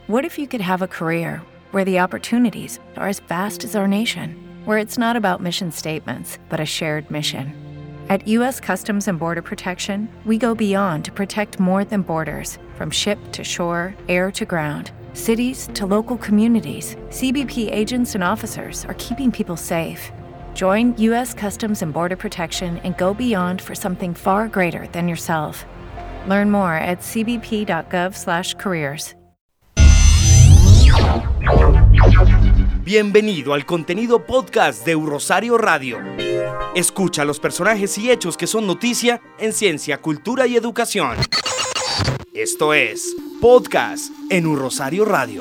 What if you could have a career where the opportunities are as vast as our nation, where it's not about mission statements, but a shared mission? At U.S. Customs and Border Protection, we go beyond to protect more than borders, from ship to shore, air to ground, cities to local communities. CBP agents and officers are keeping people safe. Join U.S. Customs and Border Protection and go beyond for something far greater than yourself. Learn more at cbp.gov/careers. Bienvenido al contenido podcast de Rosario Radio. Escucha los personajes y hechos que son noticia en ciencia, cultura y educación. Esto es Podcast en Rosario Radio.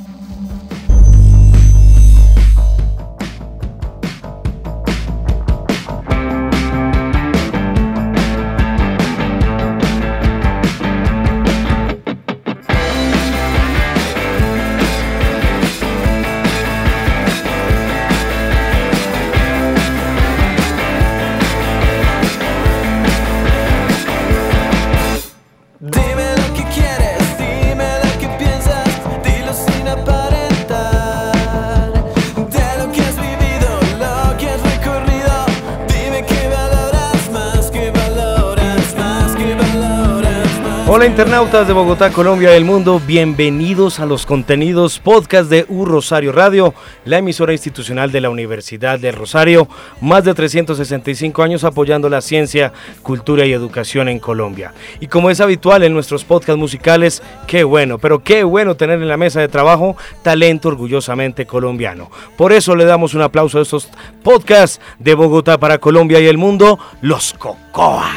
Hola internautas de Bogotá, Colombia y el mundo, bienvenidos a los contenidos podcast de Rosario Radio, la emisora institucional de la Universidad del Rosario, más de 365 años apoyando la ciencia, cultura y educación en Colombia. Y como es habitual en nuestros podcasts musicales, qué bueno, pero qué bueno tener en la mesa de trabajo talento orgullosamente colombiano. Por eso le damos un aplauso a estos podcasts de Bogotá para Colombia y el mundo, los Cocoa.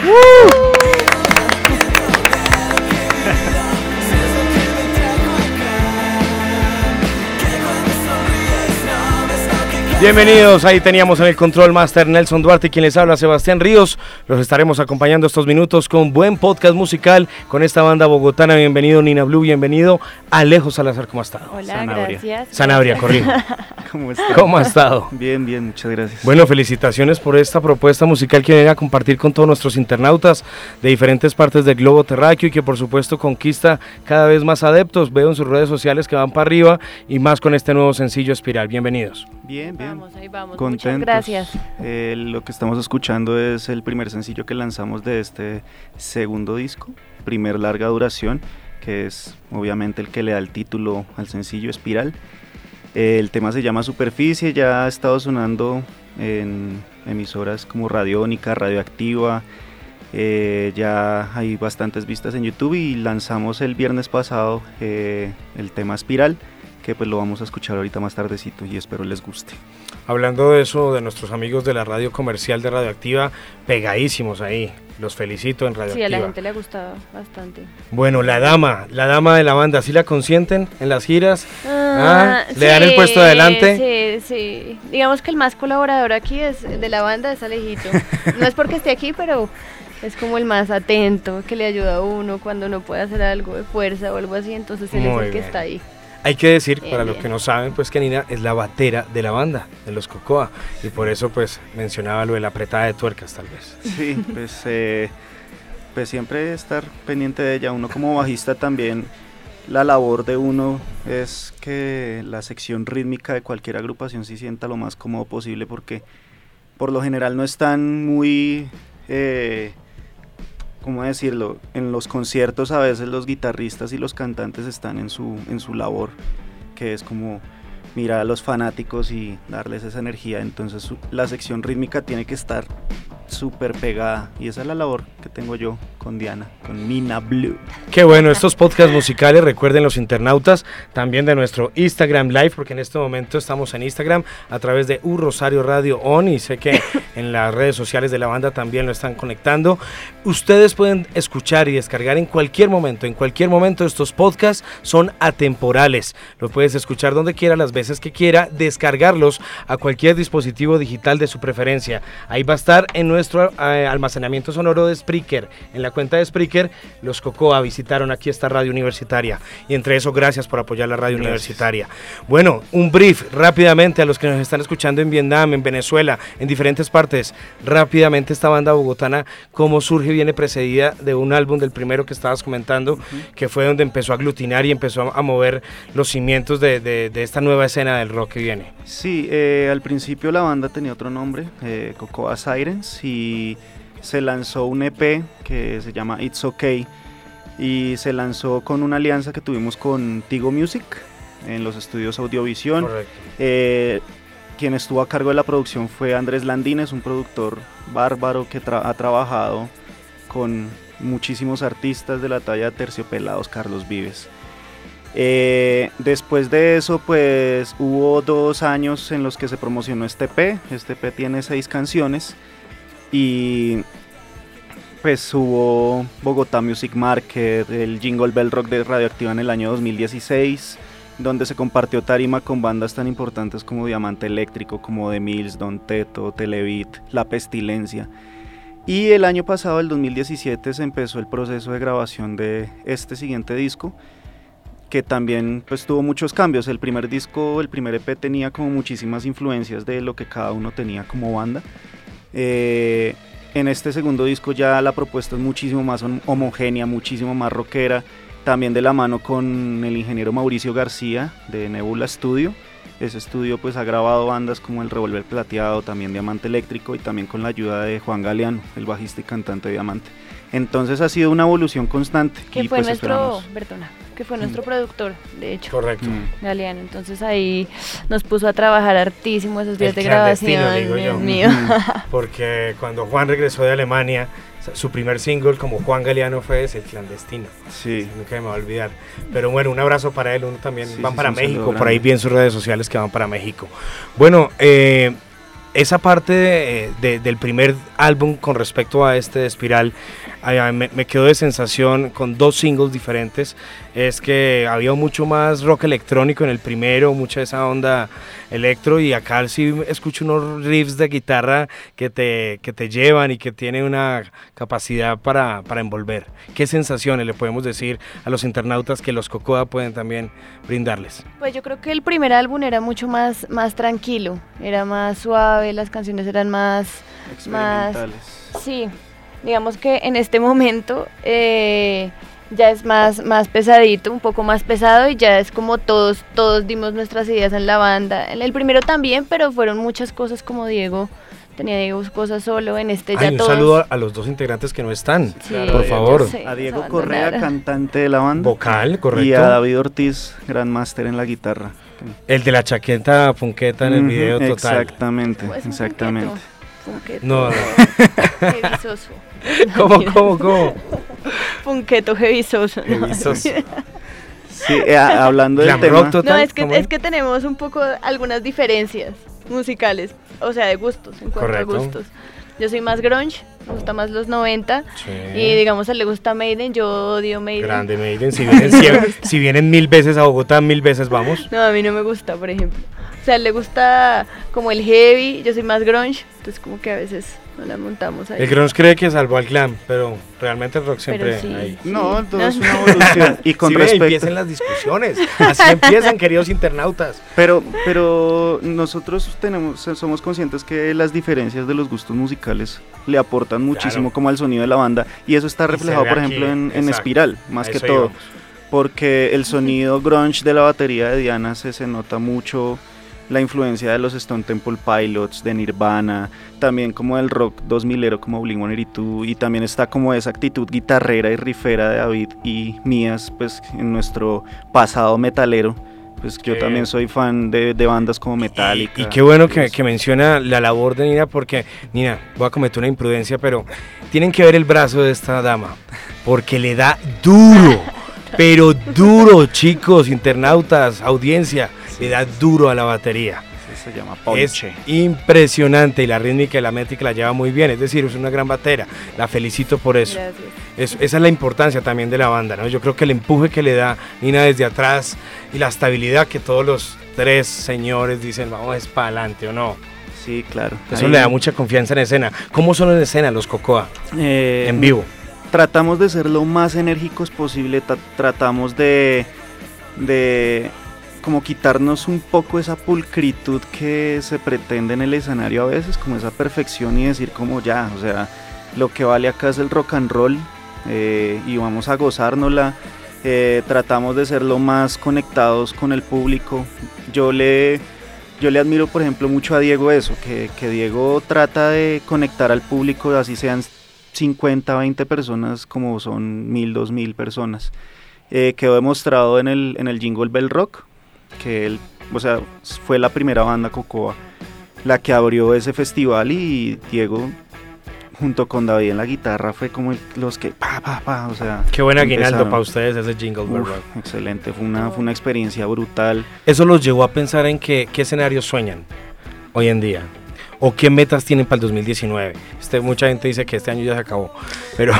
Bienvenidos, ahí teníamos en el Control Master Nelson Duarte, quien les habla Sebastián Ríos. Los estaremos acompañando estos minutos con buen podcast musical con esta banda bogotana. Bienvenido Nina Blue, bienvenido Alejo Salazar, ¿cómo ha estado? Hola, Sanabria. gracias. Sanabria, corrijo. ¿Cómo ha estado? Bien, muchas gracias. Bueno, felicitaciones por esta propuesta musical que viene a compartir con todos nuestros internautas de diferentes partes del globo terráqueo y que por supuesto conquista cada vez más adeptos. Veo en sus redes sociales que van para arriba y más con este nuevo sencillo Espiral. Bienvenidos. Bien. Ahí vamos. Contentos. Muchas gracias. Lo que estamos escuchando es el primer sencillo que lanzamos de este segundo disco, primer larga duración, que es obviamente el que le da el título al sencillo, Espiral. El tema se llama Superficie, ya ha estado sonando en emisoras como Radiónica, Radioactiva, ya hay bastantes vistas en YouTube y lanzamos el viernes pasado el tema Espiral, que pues lo vamos a escuchar ahorita más tardecito y espero les guste. Hablando de eso, de nuestros amigos de la radio comercial de Radioactiva, pegadísimos ahí, los felicito en Radioactiva. Sí, a la gente le ha gustado bastante. Bueno, la dama de la banda, ¿sí la consienten en las giras? ¿Le sí, dan el puesto adelante? Sí, digamos que el más colaborador aquí de la banda es Alejito. No es porque esté aquí, pero es como el más atento, que le ayuda a uno cuando no puede hacer algo de fuerza o algo así, entonces él es el que está ahí. Hay que decir, para los que no saben, pues que Nina es la batera de la banda, de los Cocoa, y por eso pues mencionaba lo de la apretada de tuercas tal vez. Sí, pues siempre estar pendiente de ella. Uno como bajista también, la labor de uno es que la sección rítmica de cualquier agrupación se sienta lo más cómodo posible, porque por lo general no están muy... ¿cómo decirlo? En los conciertos a veces los guitarristas y los cantantes están en su labor, que es como mirar a los fanáticos y darles esa energía, entonces la sección rítmica tiene que estar súper pegada y esa es la labor que tengo yo con Diana, con Nina Blue. Qué bueno, estos podcasts musicales, recuerden los internautas, también de nuestro Instagram Live, porque en este momento estamos en Instagram a través de Rosario Radio On y sé que en las redes sociales de la banda también lo están conectando. Ustedes pueden escuchar y descargar en cualquier momento estos podcasts, son atemporales, lo puedes escuchar donde quiera, las veces que quiera, descargarlos a cualquier dispositivo digital de su preferencia. Ahí va a estar en nuestro almacenamiento sonoro de Spreaker. En la cuenta de Spreaker, los Cocoa visitaron aquí esta radio universitaria. Y entre eso, gracias por apoyar la radio universitaria. Bueno, un brief rápidamente a los que nos están escuchando en Vietnam, en Venezuela, en diferentes partes. Rápidamente esta banda bogotana, cómo surge, viene precedida de un álbum del primero que estabas comentando, que fue donde empezó a aglutinar y empezó a mover los cimientos de esta nueva escena del rock que viene. Sí, al principio la banda tenía otro nombre, Cocoa Sirens, y se lanzó un EP que se llama It's Okay, y se lanzó con una alianza que tuvimos con Tigo Music en los estudios Audiovisión. Correcto. Quien estuvo a cargo de la producción fue Andrés Landines, un productor bárbaro que ha trabajado con muchísimos artistas de la talla de Terciopelados, Carlos Vives. Después de eso, pues hubo 2 años en los que se promocionó este EP. Este EP tiene 6 canciones y pues hubo Bogotá Music Market, el Jingle Bell Rock de Radioactiva en el año 2016, donde se compartió tarima con bandas tan importantes como Diamante Eléctrico, como The Mills, Don Teto, Televit, La Pestilencia. Y el año pasado, el 2017, se empezó el proceso de grabación de este siguiente disco, que también pues tuvo muchos cambios. El primer disco, el primer EP, tenía como muchísimas influencias de lo que cada uno tenía como banda. En este segundo disco ya la propuesta es muchísimo más homogénea, muchísimo más rockera, también de la mano con el ingeniero Mauricio García de Nebula Studio. Ese estudio pues ha grabado bandas como El Revolver Plateado, también Diamante Eléctrico, y también con la ayuda de Juan Galeano, el bajista y cantante de Diamante. Entonces ha sido una evolución constante. Que fue pues nuestro productor, de hecho. Correcto. Galeano. Entonces ahí nos puso a trabajar hartísimo esos días de grabación. Digo yo. Mío. Porque cuando Juan regresó de Alemania, su primer single como Juan Galeano fue El Clandestino. Sí. Nunca me va a olvidar. Pero bueno, un abrazo para él. Uno también van para México. Por ahí vi en sus redes sociales que van para México. Bueno, esa parte del primer álbum con respecto a este de Espiral, me quedó de sensación con 2 singles diferentes. Es que había mucho más rock electrónico en el primero, mucha de esa onda electro, y acá sí escucho unos riffs de guitarra que te llevan y que tienen una capacidad para envolver. ¿Qué sensaciones le podemos decir a los internautas que los Cocoa pueden también brindarles? Pues yo creo que el primer álbum era mucho más tranquilo, era más suave, las canciones eran más experimentales. Sí, digamos que en este momento ya es más pesadito, un poco más pesado, y ya es como todos dimos nuestras ideas en la banda. En el primero también, pero fueron muchas cosas, como tenía Diego cosas solo, en este ya todos. Un saludo a los 2 integrantes que no están, sí, por favor. A Diego Correa, cantante de la banda. Vocal, correcto. Y a David Ortiz, gran máster en la guitarra. El de la chaqueta punqueta en el video total. Exactamente, pues exactamente. Punqueto. No. Heavy soso. ¿Cómo? Punqueto heavy soso. Sí, hablando del tema. Rock total, no, es que tenemos un poco algunas diferencias musicales, o sea, de gustos, en cuanto a gustos. Yo soy más grunge, me gusta más los 90, sí. Y digamos a él le gusta Maiden, yo odio Maiden. Grande Maiden, si vienen 1000 veces a Bogotá, 1000 veces vamos. No, a mí no me gusta, por ejemplo. O sea, le gusta como el heavy, yo soy más grunge, entonces como que a veces no la montamos ahí. El grunge cree que salvó al glam, pero realmente el rock siempre sí, ahí. No, todo es una evolución. Y con respecto... empiecen las discusiones, así empiezan, queridos internautas. Pero nosotros somos conscientes que las diferencias de los gustos musicales le aportan muchísimo, como al sonido de la banda, y eso está reflejado, por ejemplo, en Espiral, más que todo. Íbamos. Porque el sonido grunge de la batería de Diana se nota mucho. La influencia de los Stone Temple Pilots, de Nirvana, también como del rock 2000ero como Blink-182, y también está como esa actitud guitarrera y riffera de David y mías, pues en nuestro pasado metalero. Pues yo también soy fan de bandas como Metallica. Y qué bueno que menciona la labor de Nina, porque Nina, voy a cometer una imprudencia, pero tienen que ver el brazo de esta dama, porque le da duro, pero duro, chicos, internautas, audiencia. Le da duro a la batería. Se llama ponche. Es impresionante, y la rítmica y la métrica la lleva muy bien, es decir, es una gran batera. La felicito por eso. Esa es la importancia también de la banda, ¿no? Yo creo que el empuje que le da Nina desde atrás y la estabilidad que todos los 3 señores dicen, vamos es para adelante, ¿o no? Sí, claro. Eso le da mucha confianza en escena. ¿Cómo son en escena los Cocoa? En vivo. Tratamos de ser lo más enérgicos posible, tratamos de como quitarnos un poco esa pulcritud que se pretende en el escenario a veces, como esa perfección y decir como ya, o sea, lo que vale acá es el rock and roll y vamos a gozárnosla. Tratamos de ser lo más conectados con el público. Yo le admiro, por ejemplo, mucho a Diego eso, que Diego trata de conectar al público, así sean 50, 20 personas como son 1000, 2000 personas. Quedó demostrado en el Jingle Bell Rock, que él, o sea, fue la primera banda Cocoa la que abrió ese festival y Diego junto con David en la guitarra fue como los que o sea, qué buen aguinaldo para ustedes ese Jingle Bell Rock. Excelente, fue una experiencia brutal. Eso los llevó a pensar en qué escenarios sueñan hoy en día o qué metas tienen para el 2019. Mucha gente dice que este año ya se acabó, pero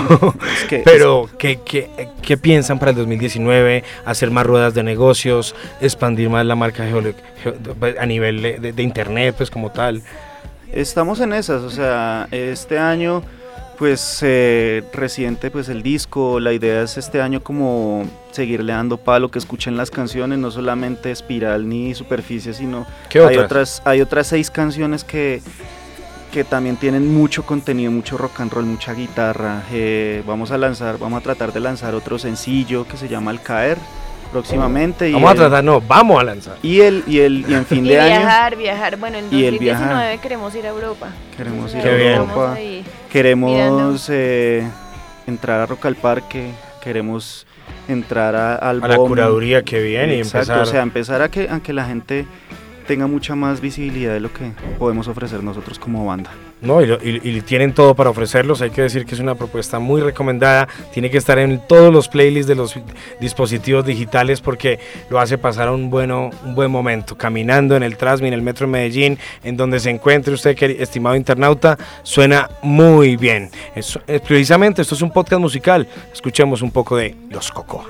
¿qué piensan para el 2019? Hacer más ruedas de negocios, expandir más la marca a nivel de internet, pues como tal. Estamos en esas, o sea, este año pues reciente pues el disco, la idea es este año como seguirle dando palo, que escuchen las canciones, no solamente Espiral ni Superficie, sino hay otras 6 canciones que también tienen mucho contenido, mucho rock and roll, mucha guitarra. Vamos a tratar de lanzar otro sencillo que se llama Al Caer próximamente. Vamos a lanzar. Y en fin de año. Viajar. Bueno, en 2019 queremos ir a Europa. Queremos entrar a Rock al Parque, queremos entrar al a la curaduría que viene. Exacto, y empezar a que la gente tenga mucha más visibilidad de lo que podemos ofrecer nosotros como banda. No, y tienen todo para ofrecerlos. Hay que decir que es una propuesta muy recomendada. Tiene que estar en todos los playlists de los dispositivos digitales porque lo hace pasar un buen momento. Caminando en el Trasmi, en el metro de Medellín, en donde se encuentre usted, estimado internauta, suena muy bien. Precisamente esto es un podcast musical. Escuchemos un poco de Los Cocoa.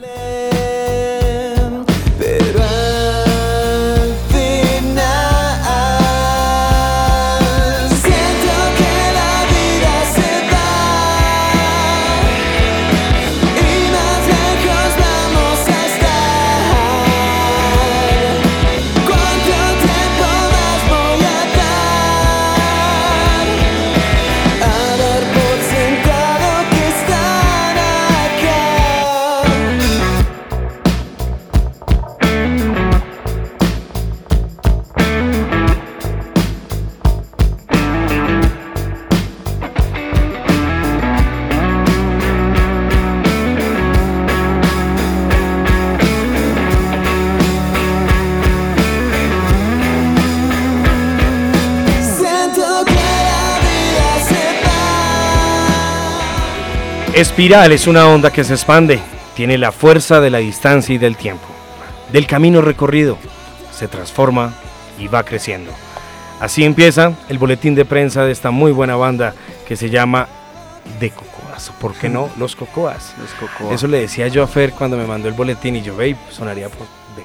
Espiral es una onda que se expande, tiene la fuerza de la distancia y del tiempo, del camino recorrido, se transforma y va creciendo. Así empieza el boletín de prensa de esta muy buena banda que se llama De Cocoas, ¿por qué no? Los Cocoas. Los Cocoa. Eso le decía yo a Fer cuando me mandó el boletín y yo, sonaría por De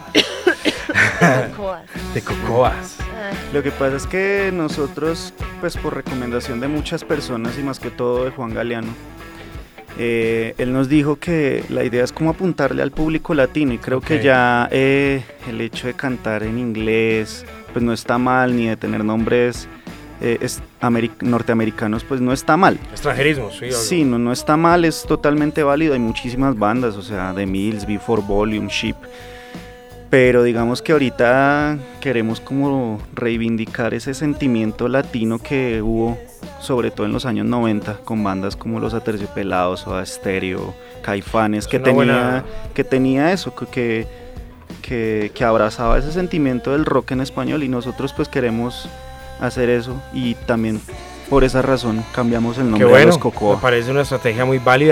Cocoas. De Cocoas. Lo que pasa es que nosotros, pues por recomendación de muchas personas y más que todo de Juan Galeano, él nos dijo que la idea es como apuntarle al público latino y creo que ya el hecho de cantar en inglés pues no está mal, ni de tener nombres norteamericanos pues no está mal. Extranjerismo, sí. Sí, no está mal, es totalmente válido, hay muchísimas bandas, o sea, The Mills, B4 Volume, Sheep, pero digamos que ahorita queremos como reivindicar ese sentimiento latino que hubo sobre todo en los años 90 con bandas como Los Aterciopelados, Soda Stereo, Caifanes, que tenía eso, que abrazaba ese sentimiento del rock en español y nosotros pues queremos hacer eso y también por esa razón cambiamos el nombre de Los Cocoa. Me parece una estrategia muy válida,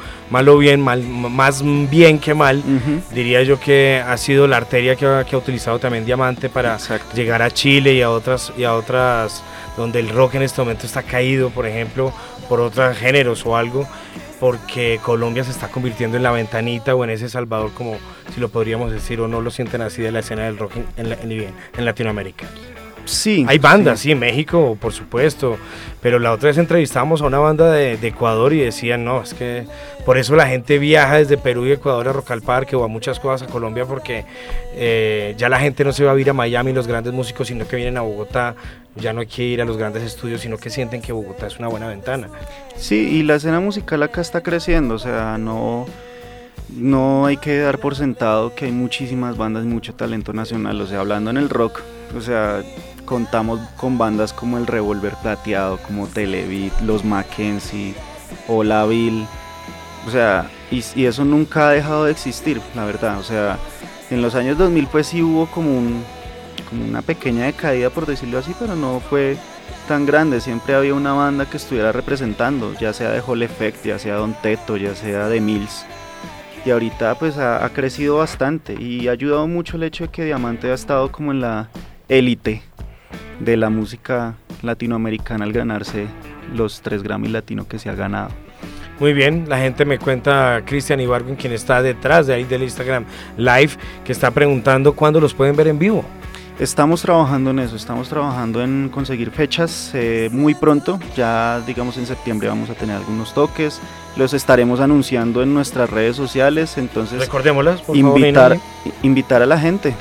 más bien que mal. Diría yo que ha sido la arteria que ha utilizado también Diamante para llegar a Chile y a otras donde el rock en este momento está caído, por ejemplo, por otros géneros o algo, porque Colombia se está convirtiendo en la ventanita o en ese Salvador, como si lo podríamos decir, o no lo sienten así, de la escena del rock en Latinoamérica. Sí. Hay bandas, sí, en México, por supuesto, pero la otra vez entrevistamos a una banda de Ecuador y decían, no, es que por eso la gente viaja desde Perú y Ecuador a Rock al Parque o a muchas cosas a Colombia, porque ya la gente no se va a ir a Miami, los grandes músicos, sino que vienen a Bogotá. Ya no hay que ir a los grandes estudios, sino que sienten que Bogotá es una buena ventana. Sí, y la escena musical acá está creciendo, o sea, no hay que dar por sentado que hay muchísimas bandas y mucho talento nacional, o sea, hablando en el rock, o sea, contamos con bandas como el Revolver Plateado, como Televid, Los Mackenzie, Hola Bill, o sea, y eso nunca ha dejado de existir, la verdad, o sea, en los años 2000 pues sí hubo como una pequeña decaída, por decirlo así, pero no fue tan grande, siempre había una banda que estuviera representando, ya sea de Hall Effect, ya sea Don Teto, ya sea de Mills, y ahorita pues ha crecido bastante y ha ayudado mucho el hecho de que Diamante ha estado como en la élite de la música latinoamericana al ganarse los 3 Grammy Latino que se ha ganado. Muy bien, la gente me cuenta, Cristian Ibargüen, quien está detrás de ahí del Instagram Live, que está preguntando cuándo los pueden ver en vivo. Estamos trabajando en eso, estamos trabajando en conseguir fechas muy pronto, ya digamos en septiembre vamos a tener algunos toques, los estaremos anunciando en nuestras redes sociales, entonces recordémoslas, por favor, invitar a la gente.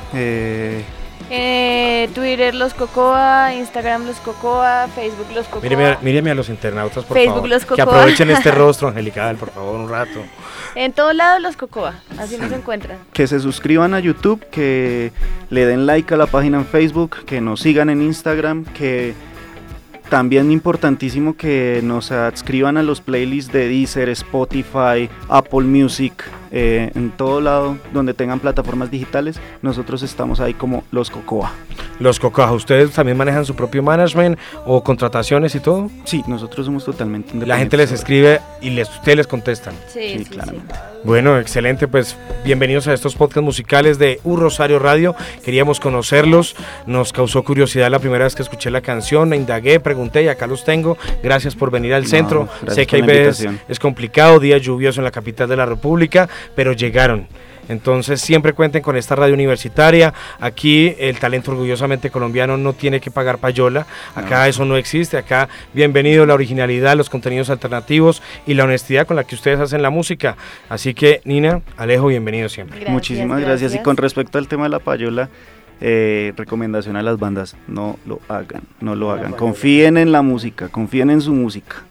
Twitter Los Cocoa, Instagram Los Cocoa, Facebook Los Cocoa. Míreme a los internautas, por Facebook favor, Los Cocoa. que aprovechen este rostro angelical, por favor, un rato. En todos lados Los Cocoa, así nos encuentran. Que se suscriban a YouTube, que le den like a la página en Facebook, que nos sigan en Instagram, que también importantísimo que nos adscriban a los playlists de Deezer, Spotify, Apple Music, en todo lado donde tengan plataformas digitales, nosotros estamos ahí como Los Cocoa. Los Cocoa, ¿ustedes también manejan su propio management o contrataciones y todo? Sí, nosotros somos totalmente independientes. La gente les escribe y ustedes les contestan. Sí, claro. Sí. Bueno, excelente, pues bienvenidos a estos podcasts musicales de U Rosario Radio. Queríamos conocerlos, nos causó curiosidad la primera vez que escuché la canción, me indagué, pregunté y acá los tengo. Gracias por venir al centro. Sé que hay veces es complicado, día lluvioso en la capital de la República, pero llegaron. Entonces siempre cuenten con esta radio universitaria. Aquí el talento orgullosamente colombiano no tiene que pagar payola. Acá eso no existe. Acá bienvenido la originalidad, los contenidos alternativos y la honestidad con la que ustedes hacen la música. Así que Nina, Alejo, bienvenido siempre. Muchísimas gracias. Y con respecto al tema de la payola, recomendación a las bandas, no lo hagan. Confíen en la música, confíen en su música.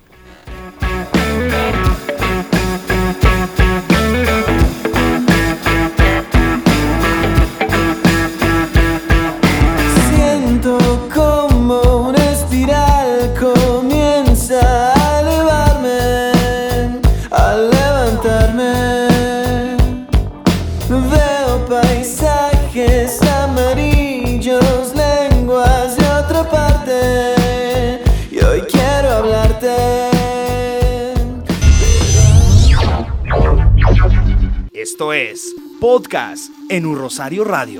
Esto es Podcast en U Rosario Radio.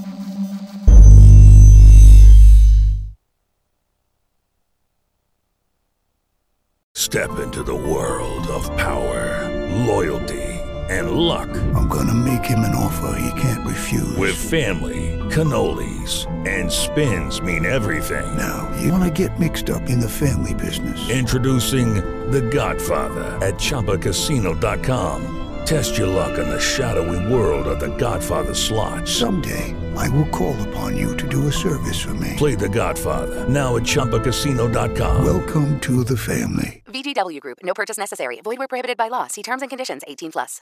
Step into the world of power, loyalty, and luck. I'm gonna make him an offer he can't refuse. With family, cannolis, and spins mean everything. Now, you wanna get mixed up in the family business. Introducing The Godfather at ChumbaCasino.com. Test your luck in the shadowy world of The Godfather slot. Someday, I will call upon you to do a service for me. Play The Godfather, now at ChumbaCasino.com. Welcome to the family. VGW Group. No purchase necessary. Void where prohibited by law. See terms and conditions. 18+.